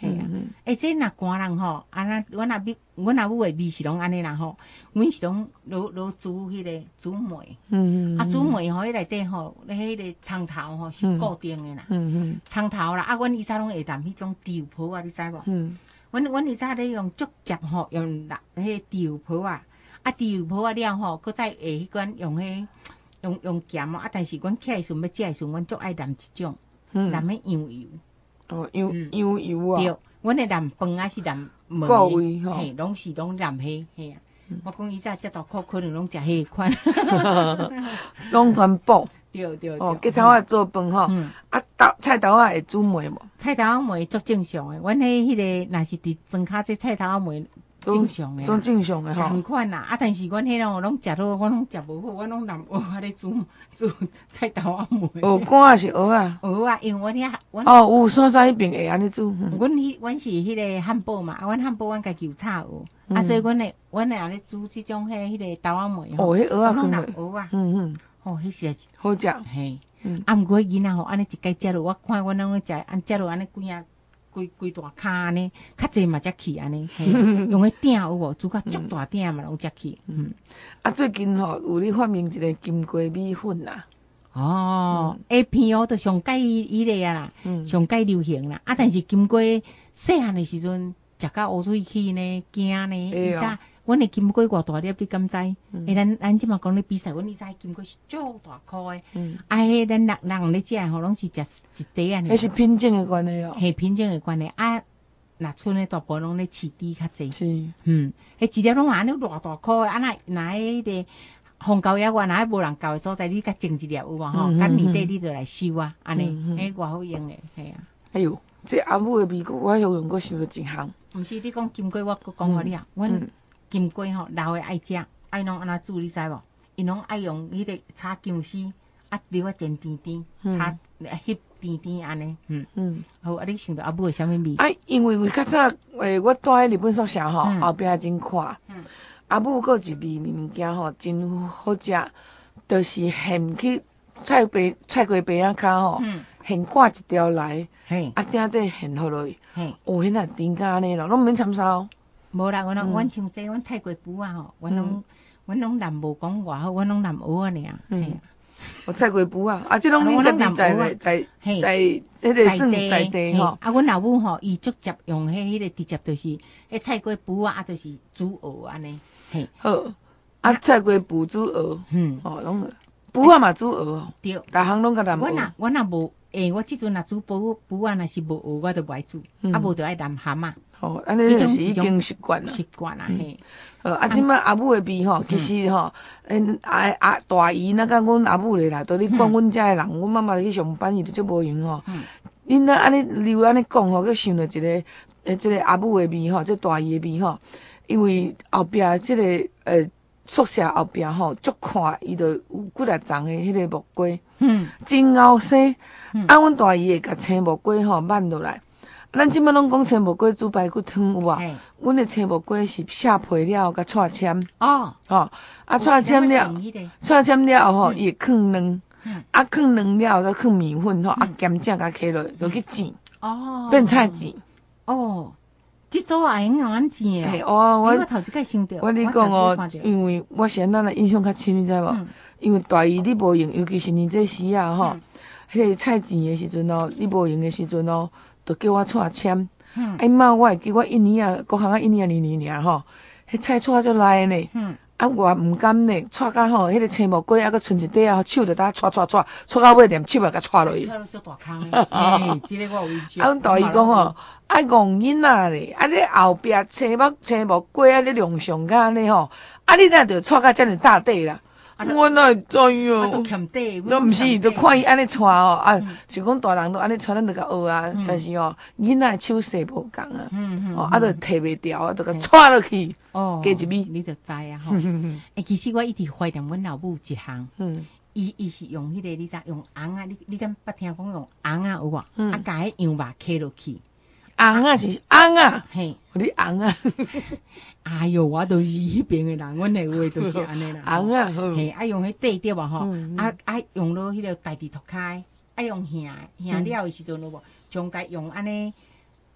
嘿啊，这若寒人吼，那阮阿母的味是拢安尼啦吼，阮是拢卤煮迄个煮梅，煮梅吼，迄内底吼，迄个葱头吼是固定的啦，葱头啦，阮以前拢会淡迄种豆泡啊，你知无？阮以前咧用竹节吼，用迄豆泡啊，豆泡啊了吼，搁再下迄款用用咸哦，但是阮起来时要食的时，阮足爱淋一种，淋迄羊油。 哦，羊油啊。 对，阮的淋饭啊是淋糜， 各位吼， 嘿，拢是拢淋迄，嘿啊。我讲以前遮大口可能拢食迄款， 拢全部。 对。 哦，鸡头仔做饭吼，菜头仔会煮糜无？ 菜头仔糜足正常诶，阮迄个若是伫庄骹这菜头仔糜。正常诶， 种正常诶吼。 同款啦，但是阮迄种拢食到，我拢食无好，我拢淋蚵仔咧煮菜头仔糜。 蚵干也是蚵啊？ 蚵啊，因为阮哦，有山上迄边会安尼煮。 阮是迄个汉堡嘛，阮汉堡阮家己有炒蚵，所以阮会安尼煮即种迄个豆仔糜。 哦，迄蚵仔拢糜蚵啊，哦，迄实在是好食。 嘿，啊，毋过囡仔吼，安尼一家食落，我看阮拢咧食，食落安尼规大骹安尼，较济嘛才去安尼，用迄鼎有无？煮较足大鼎嘛，拢才去。 最近吼有咧发明一个金龟米粉啦。 哦，A P O 都上界迄个啊啦，上界流行啦。但是金龟细汉的时阵食到乌水去呢，惊呢。伊早阮的金龟偌大粒，你敢知？咱即马讲咧比赛，阮以前金龟是足大颗的。迄咱人咧食吼，拢是食一块安尼。 迄是品种的关系哦。 系品种的关系若村的大部分拢咧饲猪较济。 是。 迄一粒拢安尼偌大颗的，若迄个风高野外，若无人教的所在，你甲种一粒有无吼？干年底你就来收啊，安尼，偌好用的，系啊。 哎哟，这阿母的味，我用过想到一项。 毋是你讲金龟，我搁讲互你啊，阮。金龟吼，老诶爱食，爱拢安怎煮，你知无？因拢爱用迄个炒姜丝，留煎甜甜，炒翕甜甜安尼。好，你想到阿母诶啥物味？ 因为较早我住喺日本宿舍吼，后壁真看，阿母搁一味物件吼，真好食，就是现去菜瓜白仔骹吼，现挂一条来，顶底现好落去，迄若甜甲安尼咯，拢免掺烧。 无啦，阮像这阮菜瓜布啊吼，阮拢淋无讲偌好，阮拢淋蚵仔尔。嘿， 我菜瓜布啊，即拢恁家己在迄个算在地吼。 阮老母吼，伊直接用迄个直接就是迄菜瓜布啊，就是煮蚵安尼。嘿， 好，菜瓜布煮蚵，哦，拢布啊嘛煮蚵哦。对，逐项拢甲淋蚵。 我若无，我即阵若煮布啊，若是无蚵，我就无爱煮，无就爱淋蛤蟆。 哦，安尼就是已经习惯了。 习惯啦，嘿。 即摆阿母的味吼，其实吼，大姨那甲阮阿母咧啦，都咧讲阮遮的人，阮妈妈去上班，伊就足无闲吼。恁安尼留安尼讲吼，佮想到一个，即个阿母的味吼，即大姨的味吼，因为后壁即个宿舍后壁吼，足看伊就有几粒丛的迄个木瓜，真后生。阮大姨会甲青木瓜吼挽落来。咱即摆拢讲青木瓜煮排骨汤有无？阮的青木瓜是下皮了甲串签。串签了吼，伊会放卵，放卵了再放面粉吼，咸酱甲起落，就去煎。变菜煎。 即组也用安煎诶。 我头一摆想到。 我你讲哦，因为我是咱的印象较深，你知无？因为大姨你无用，尤其是你这时啊吼，迄个菜煎的时阵哦，你无用的时阵哦。就叫我串签，妈，我会记我1年啊，国行啊1年2年尔吼，迄菜串足来呢，我毋敢呢，串甲吼，迄个青木瓜搁剩一块啊，手就搭串到尾连手也甲串落去。 串到足大坑，即个我有印象。 阮大姨讲吼，爱戆囡仔咧，你后壁青木瓜你量上甲安尼吼，你哪着串甲遮尔大块啦？我哪会知哦？我毋是，就看伊安尼带哦，像讲大人都安尼带，咱就甲学啊。但是哦，囡仔手势无共啊，就摕袂牢，就甲带落去，加一米。 你就知啊吼。其实我一直怀念阮老母一项，伊是用迄个，你知用红啊？你敢捌听讲用红啊有无？甲迄羊肉揢落去。 红啊是红啊， 嘿， 你红啊！ 哎哟，我都是迄边的人，阮的话都是安尼啦。 红啊， 嘿，用迄底对吧吼？用落迄个大地脱开，用馅了的时阵有无？将该用安尼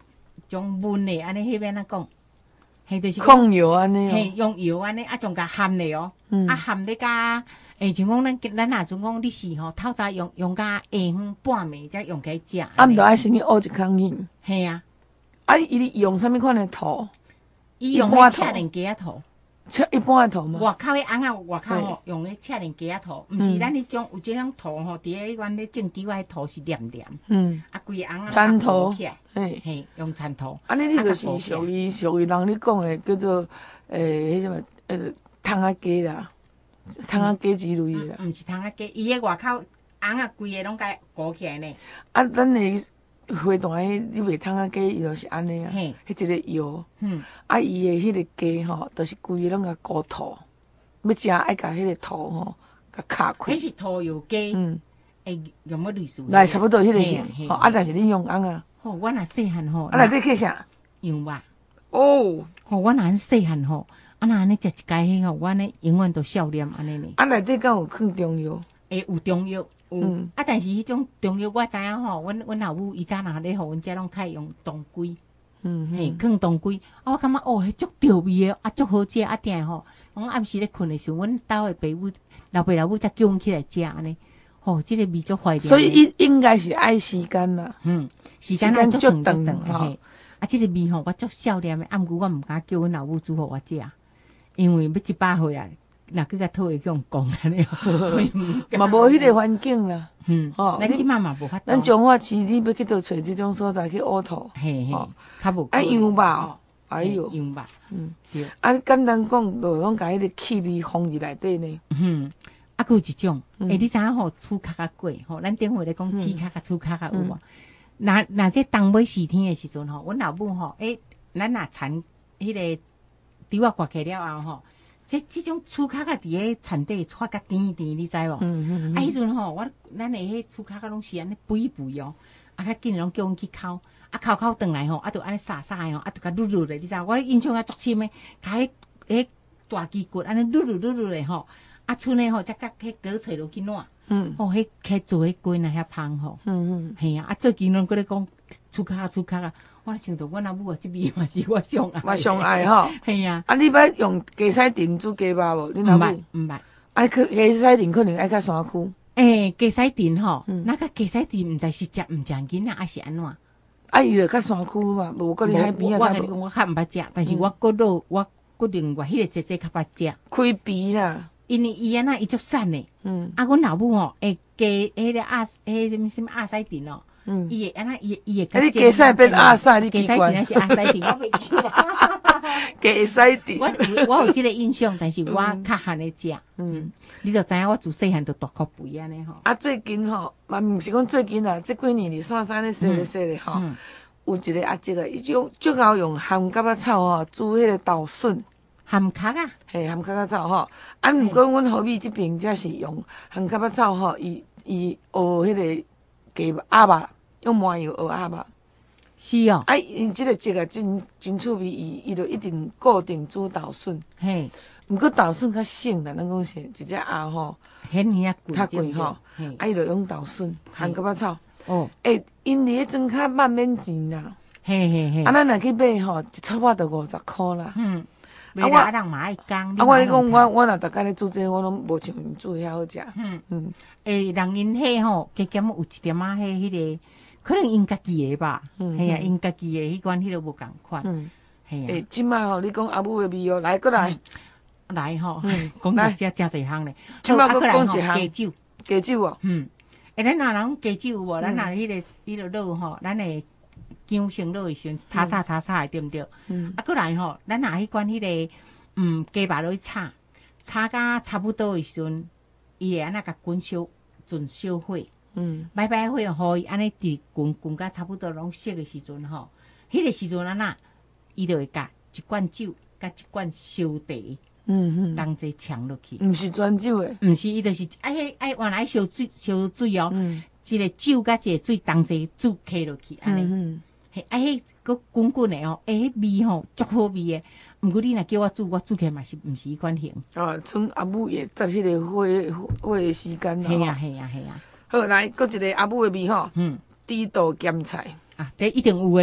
种焖的，安尼迄边怎讲？嘿，就是控油安尼嘿， 哦， 用油安尼，啊，将甲含咧哦，啊含咧甲，像讲咱若阵讲你是吼，透早用甲下昏半暝才用起食。 啊，毋着爱先去熬一空去。 嘿啊， 啊，伊用啥物款的土？ 伊用一般土迄赤连鸡仔土， 一般的土吗？ 外口迄红啊，外口吼用迄赤连鸡仔土，毋是咱迄种有即种土吼，伫咧阮咧种猪仔土是黏黏，啊，规个红啊蚕土起来， 嘿， 嘿，用蚕土。 安尼你就是属于人咧讲的叫做迄什么汤仔鸡啦，汤仔鸡之类的啦。 毋是汤仔鸡，伊迄外口红啊，规个拢甲鼓起来呢。 啊，咱的花旦迄你卖汤仔鸡，伊就是安尼啊， 嘿迄一个油， 嗯， 啊，伊的迄个鸡吼，就是规个拢甲糊土，要食爱甲迄个土吼，甲卡开迄。是土油鸡，会用要类似。 来差不多迄个嘿型， 嘿吼，啊，但是你用红啊， 吼，我若细汉吼， 啊，内底去啥？ 用吧。 哦， 吼，我若细汉吼，啊，若安尼食一家迄吼，我呢永远都笑脸安尼呢。 啊，内底敢有放中药？ 会有中药，有啊，但是迄种中药我知影吼，阮老母伊早若咧，互阮遮拢较用当归，嘿，放当归，啊，我感觉哦，迄足调味的，啊，足好食，啊，定吼，我暗时咧困的时候，阮兜的爸母、老爸老母才叫阮起来食安尼，吼，即个味足怀念。 所以应该是爱时间啦。 时间啊足长长吼，啊，即个味吼我足少念的，啊，毋过我毋敢叫阮老母煮互我食，因为要100岁啊。若去甲讨会去用讲安尼，所以嘛无迄个环境啦。 吼，咱即满嘛无法度。 咱彰化市你要去倒找即种所在去乌土， 嘿嘿，较无。 啊羊肉哦，哎哟， 羊肉，对。 啊简单讲，就拢甲迄个气味放入内底呢。 啊，佫有一种，你知影吼，厝壳啊粿吼，咱顶回咧讲饲壳甲厝壳啊有无？若这冬尾4天的时阵吼，阮老母吼，咱若产迄个猪仔刮起了后吼。即种厝壳啊，伫咧田底撮甲甜甜，你知无？啊，迄阵吼，咱的迄厝壳啊，拢是安尼肥肥哦，啊，较紧拢叫阮去烤，啊，烤转来吼，啊，就安尼沙沙的吼，啊，就甲捋捋的，你知？我印象啊足深的，甲迄大鸡骨安尼捋捋的吼，啊，剩的吼，才甲迄果揣落去烂，哦，迄做迄粿那遐芳吼，嘿啊，啊，最近拢搁咧讲厝壳啊。我想到阮阿母啊，即味嘛是我上爱， 嘛上爱吼。 嘿啊， 啊，你捌用鸡屎丁煮鸡肉无？你阿母？ 毋捌。 啊，鸡屎丁可能爱较山区。 鸡屎丁吼，那个鸡屎丁毋知是食毋正经啊，还是安怎？ 啊，伊就较山区嘛，无搁伫海边啊。 我甲你讲，我较毋捌食，但是我另外迄个姐较捌食。 开鼻啦， 因为伊安那伊足瘦的，啊，阮老母吼，鸡迄个什么鸭屎丁哦。伊会安那，伊会。 啊！你鸡屎变鸭屎，你鸡屎丁还是鸭屎丁？我袂记啦。 鸡屎丁。 我有即个印象，但是我较罕咧食。你就知影我自细汉就大口肥安尼吼。 啊，最近吼，嘛毋是讲最近啦，这几年哩山山咧说咧吼，有一个阿叔啊，伊足够用含蛤仔草吼煮迄个豆笋。 含壳啊？ 嘿，含蛤仔草吼。啊，毋过阮后壁这边则是用含蛤仔草吼，伊熬迄个鸡鸭肉。用麻油熬鸭肉， 是哦。 啊，因即个汁啊，真趣味，伊就一定固定煮豆笋。 嘿， 毋过豆笋较省啦，咱讲是一只鸭吼， 遐尔啊贵， 较贵吼。啊，伊就用豆笋、含蛤仔草。 哦， 因伫迄装较慢免钱啦。 嘿。 啊，咱若去买吼，一撮仔就50箍啦。 啊，人嘛爱讲。 啊，我咧讲，我若逐工咧煮这，我拢无像因煮遐好食。 人因迄吼，加减有一点仔迄个。可能因家己的吧，系啊，因家己的迄款迄个无共款，系啊。 即摆吼，你讲阿母的味哦，来过来， 来吼，讲到遮真侪项咧。 即摆佫讲一项， 鸡酒哦。 咱若人鸡酒有无？咱若迄个卤吼，咱会姜先卤的时阵，炒的对毋对？啊，过来吼，咱若迄款迄个鸡肉落去炒甲差不多的时阵，伊会安那甲滚准烧火。摆火，互伊安尼伫滚甲差不多拢熟的时阵吼，迄个时阵安那，伊就会甲一罐酒甲一罐烧茶，当做呛落去。 毋是专酒诶， 毋是，伊就是爱原来烧水哦，一个酒甲一个水当做煮开落去安尼。迄个滚滚的哦，迄味吼足好味诶。毋过你若叫我煮起嘛是毋是迄款型。 哦，从阿母也在迄个火的时间啦。 系啊。好， 来，搁一个阿母的味吼，猪肚咸菜啊，这一定有诶，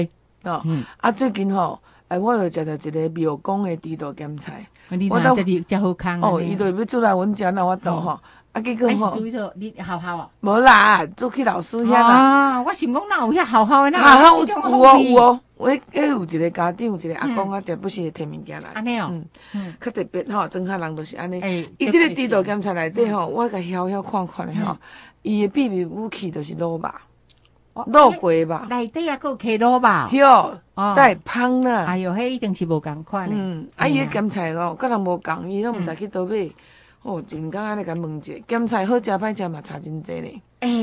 哦，最近吼，我就食到一个庙公的猪肚咸菜， 我都这好康哦，伊就要煮来阮食，那我倒吼，结果吼， 煮迄你好好啊？ 无啦，做去老师遐啦。 啊，我想讲哪有遐好好的， 好好有哦，有一个家长，有一个阿公啊，定不是会摕物件来。 安尼哦， 较特别吼，庄下人就是安尼。伊即个猪肚咸菜内底吼，我甲晓看看咧吼，伊的秘密武器就是卤肉。卤过吧， 内底也够起卤吧？ 哟，带芳啦。 哎哟，迄一定是无共款的。 伊个咸菜哦，甲人无共，伊拢毋知去倒买。哦，真敢安尼甲问者，咸菜好食歹食嘛，差真济咧。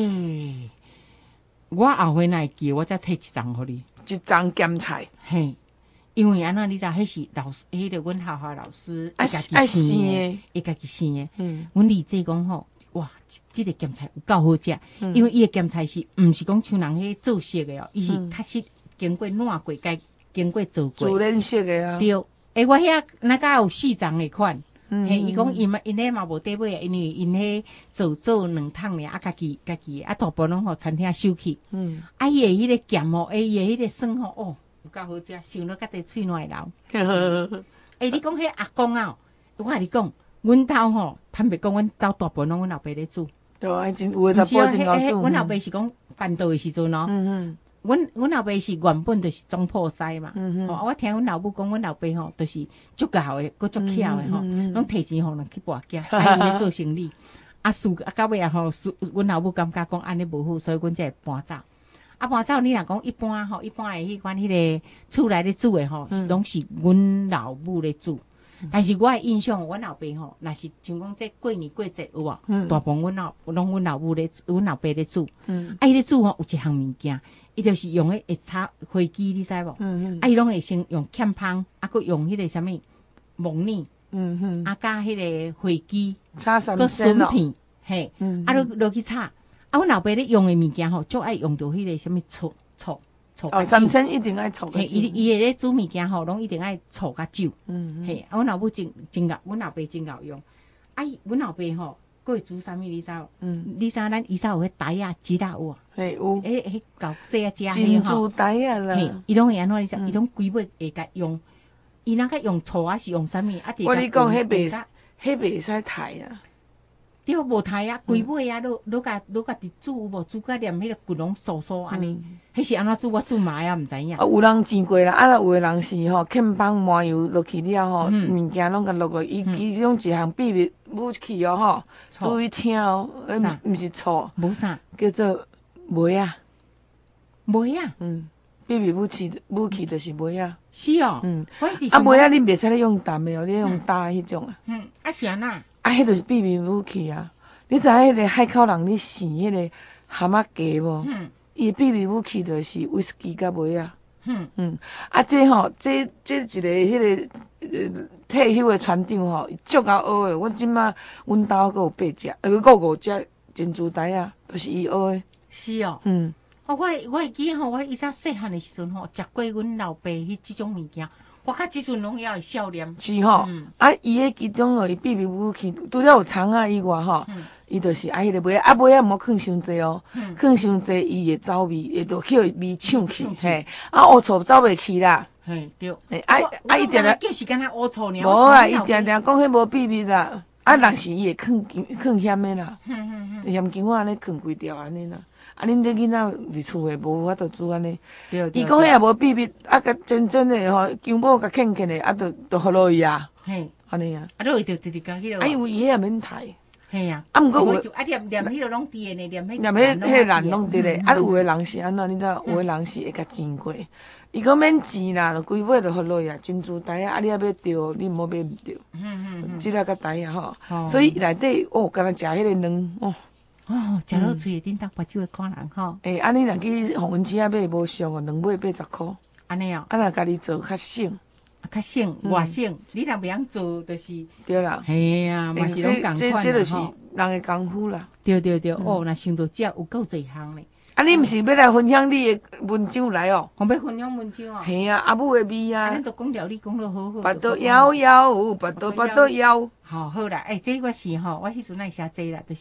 我后回来叫我才摕一张互你， 一张咸菜。 嘿，因为安那你知，迄是老师，迄个阮校老师爱生的， 伊家己生的。阮理解讲吼。哇，这个咸菜有够好食，因为伊的咸菜是毋是讲像人迄做色的哦，伊是确实经过烂过，经过做过。 自然色的啊。 对，我遐那个有4张的款，嘿，伊讲因迄嘛无底买，因为因迄做2桶尔，家己大部分拢互餐厅收去。伊的迄个咸吼，伊的迄个酸吼，哦，有够好食，想到甲地喙软流。你讲迄阿公啊，我甲你讲。阮兜吼，坦白讲，阮兜大部分拢阮老爸咧煮。 对，真有诶，查甫真够煮。 阮老爸是讲办道诶时阵咯。阮老爸是原本就是总铺师嘛。我听阮老母讲，阮老爸吼，就是足教诶，佫足巧诶吼，拢摕钱互人去跋筊，伊咧做生意。到尾吼，阮老母感觉讲安尼无好，所以阮才会搬走。搬走你若讲一般诶迄款迄个厝内咧煮诶吼，拢是阮老母咧煮。但是我的印象，阮老爸吼，若是像讲这过年过节有无？大部分阮老母咧，阮老爸咧煮。伊咧煮吼有一项物件，伊就是用迄会炒花枝，你知无？伊拢会先用欠芳，佫用迄个啥物木耳，加迄个花枝， 炒三鲜片，嘿，落去炒。阮老爸咧用的物件吼，就爱用到迄个啥物醋。 三鲜一定爱醋。 嘿，伊会咧煮物件吼，拢一定爱醋甲酒。嘿，阮老母真够，阮老爸真够用。阮老爸吼，佫会煮啥物？你知？你知咱以前有迄台啊、鸡蛋有啊？ 嘿，有。 迄搞细啊、食迄珍珠台啊啦。 嘿，伊拢会安怎？你知？伊拢规尾会甲用。伊若甲用醋啊，是用啥物？ 我你讲迄袂使刣啊。 对，无刣啊，规尾啊，落家己煮有无？煮甲连迄个骨拢酥酥安尼，迄是安怎煮？我煮嘛也毋知影。 有人煎过啦，有诶人是吼欠芳麻油落去了吼，物件拢甲落落，伊其中一项秘密武器哦吼，注意听哦，毋是醋， 无啥， 叫做梅啊， 梅啊， 秘密武器就是梅啊。 是哦， 梅啊，你袂使咧用淡诶哦，你用打迄种啊。 是安那？ 迄就是秘密武器啊！你知迄个海口人咧生迄个蛤蟆鸡无？伊秘密武器就是威士忌甲梅啊。这吼，这一个迄个退休的船长吼，足够学的。阮即马阮兜阁有8只，阁5只珍珠台啊，都是伊学的。 是哦。我会记吼，我以前细汉的时阵吼，食过阮老爸迄种物件。我较即阵拢也会笑脸。是吼，伊迄其中哦，伊秘密武器除了有葱啊以外吼，伊就是迄个梅啊，梅啊毋好放伤济哦，放伤济伊会走味，会都去味抢去，嘿，乌醋走袂去啦。 嘿，对。 伊定定就是敢若乌醋尔。 无啦，伊定定讲迄无秘密啦，人是伊会放险的啦，险金仔安尼放规条安尼啦。恁这囡仔伫厝诶，无法度煮安尼。伊讲迄也无秘密，甲真的吼，姜母甲欠欠诶，都互落伊啊。嘿，安尼啊。 落去就直直甲迄个。因为伊迄也免刣。 嘿啊。 毋过有。 念迄个拢伫诶呢，念迄个拢伫咧。有诶人是安怎？你知？有诶人是会甲煎过。伊讲免煎啦，就规尾就互落去啊。珍珠台啊，你也要钓，你毋好买毋着。即个甲台啊吼。所以内底敢若食迄个卵食落嘴顶当白酒会看人吼。 安尼若去红文市啊买无俗哦，2尾80箍。 安尼哦。 若家己做较省。 较省，偌省。你若袂晓做，就是对啦。 嘿啊，嘛是拢共款啦。 这就是人诶功夫啦。 对。若想到这有够侪项咧。 你毋是要来分享你诶文章来哦？ 我要分享文章哦。 嘿啊，阿母诶味啊。 咱都讲料理讲得好好。 巴肚枵，巴肚枵。 好啦，这我是吼，我迄阵爱写这啦，就是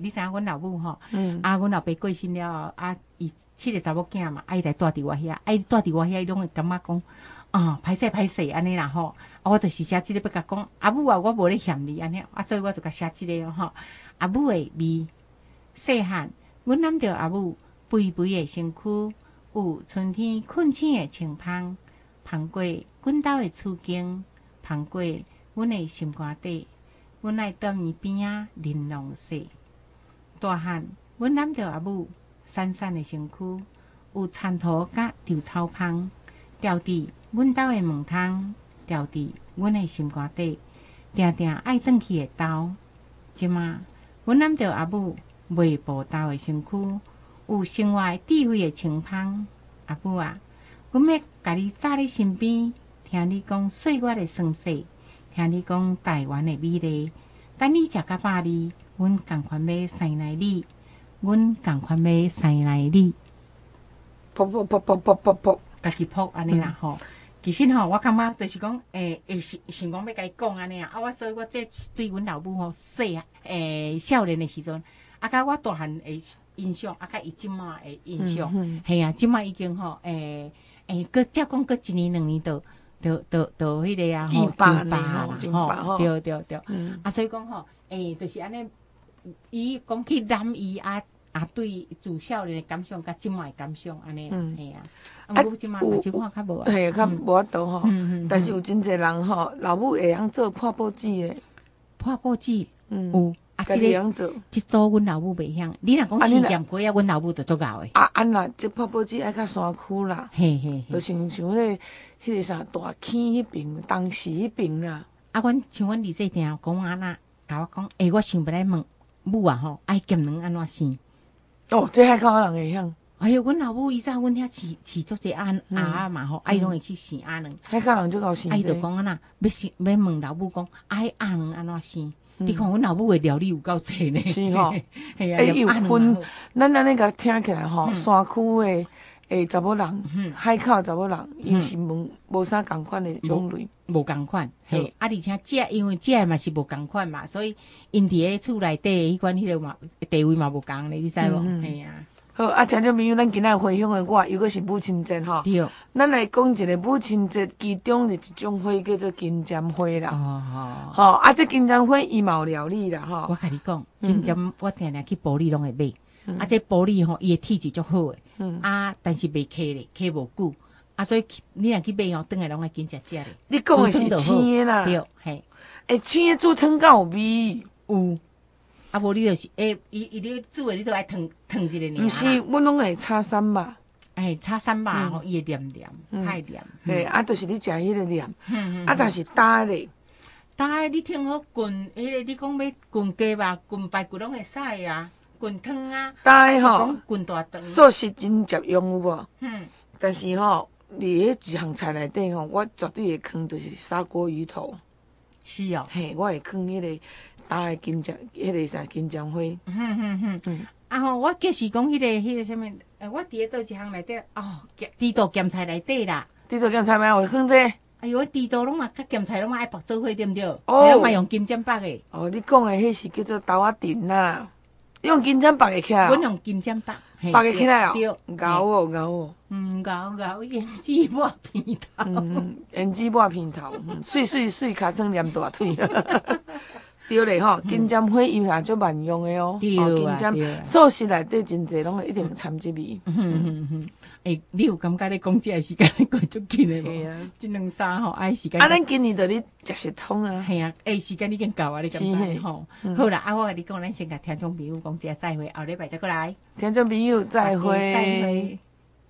你知影阮老母吼，阮老爸过身了后，伊7个查某囝嘛，伊来住伫我遐，伊住伫我遐，伊拢会感觉讲，歹势安尼啦吼，我就是写即个要甲讲，阿母啊，我无咧嫌你安尼，所以我就甲写即个吼，阿母的味，细汉，阮揽着阿母肥肥的身躯，有春天困醒的清芳，芳过阮兜的厝境，芳过阮的心肝底，阮爱踮伊边仔淋浪洗。大汉，阮揽着阿母瘦瘦的身躯，有田土甲稻草芳，掉伫阮兜的门窗，掉伫阮的心肝底，定定爱转去的兜。即马，阮揽着阿母袂步道的身躯，有生活智慧的清芳。阿母啊，阮要甲你早伫身边，听你讲岁月的酸涩，听你讲台湾的美丽。等你食到饱哩，阮共款要生来你，阮共款要生来你。 噗噗噗噗噗噗噗， 家己扑安尼啦吼。其实吼，我感觉就是讲，想讲要甲伊讲安尼啊。所以我这对阮老母吼少年的时阵，甲我大汉的印象，甲伊即马的印象，系啊，即马已经吼，搁照讲搁1年2年就迄个啊， 吼， 金巴吼，对。所以讲吼，就是安尼，伊讲去揽伊对自少年的感想，甲即马的感想安尼，系啊。我即马情况较无啊， 嘿，较无法度吼。但是有真侪人吼，老母会晓做破布子的， 破布子有。 家己会做， 即组阮老母袂晓。你若讲试验过啊，阮老母就足够诶。 啦，即破布子爱较山区啦，就像迄个啥大坑迄边，当时迄边啦。 阮像阮二姐定讲安那，甲我讲，我想要来问母啊吼，爱咸卵安怎生？ 这海口人会晓。 哎哟，阮老母伊早阮遐饲足济鸭嘛吼，伊拢会去生鸭卵。 海口人足够生。 伊就讲安那，要问老母讲，鸭卵安怎生？你看阮老母的料理有够济呢。 是吼， 系啊， 有分。咱安尼甲听起来吼，山区的查某人，海口查某人，伊是无啥共款的种类， 无共款。嘿，而且因为食嘛是无共款嘛，所以因伫咧厝内底迄款迄个嘛地位嘛无共咧，你知无？嘿啊。 好，听众朋友，咱今仔回乡的我，又搁是母亲节吼。 对。 咱来讲一个母亲节，其中是一种花叫做金针花啦。吼，这金针花伊嘛有料理啦吼。 我甲你讲，金针我定定去埔里拢会买。这埔里吼，伊的体质足好诶。但是袂开咧，开无久。所以你若去买吼，转来拢爱紧食咧。 你讲的是青的啦。 对，嘿。 青的煮汤敢有味？ 有。无你就是伊你煮诶，你都爱烫一个尔。 毋是，阮拢会炒三吧。 炒三吧吼，伊会黏，太黏。 嘿，就是你食迄个黏。但是搭咧。 搭你听好滚，迄个你讲要滚鸡吧，滚排骨拢会使啊，滚汤啊。 搭吼， 滚大汤。 素食真食用有无？但是吼，你迄一项菜内底吼，我绝对会放就是砂锅鱼头。 是哦。 嘿，我会放迄个。搭金针，迄个啥金针花。 我就是讲迄个什么，我伫咧倒一项内底猪肚咸菜内底啦。 猪肚咸菜嘛会放这？ 哎呦，猪肚拢嘛甲咸菜拢嘛爱爆做伙，对毋对？拢嘛用金针爆诶。 你讲诶迄是叫做豆仔丁啦，用金针爆会起来。 阮用金针爆， 爆会起来哦。 对， 咬哦。 咬胭脂抹片头。 胭脂抹片头，水，尻川黏大腿。对咧吼，金针花伊也足万用的哦。金针素食内底真济拢一定掺这味。 你有感觉你讲这个时间过足紧的无？这2、3吼，时间。 咱今年就咧食食通啊。 系啊，时间已经到啊，你感觉吼？好啦，我甲你讲，咱先甲听众朋友讲一下再会，后礼拜再过来。 听众朋友再会。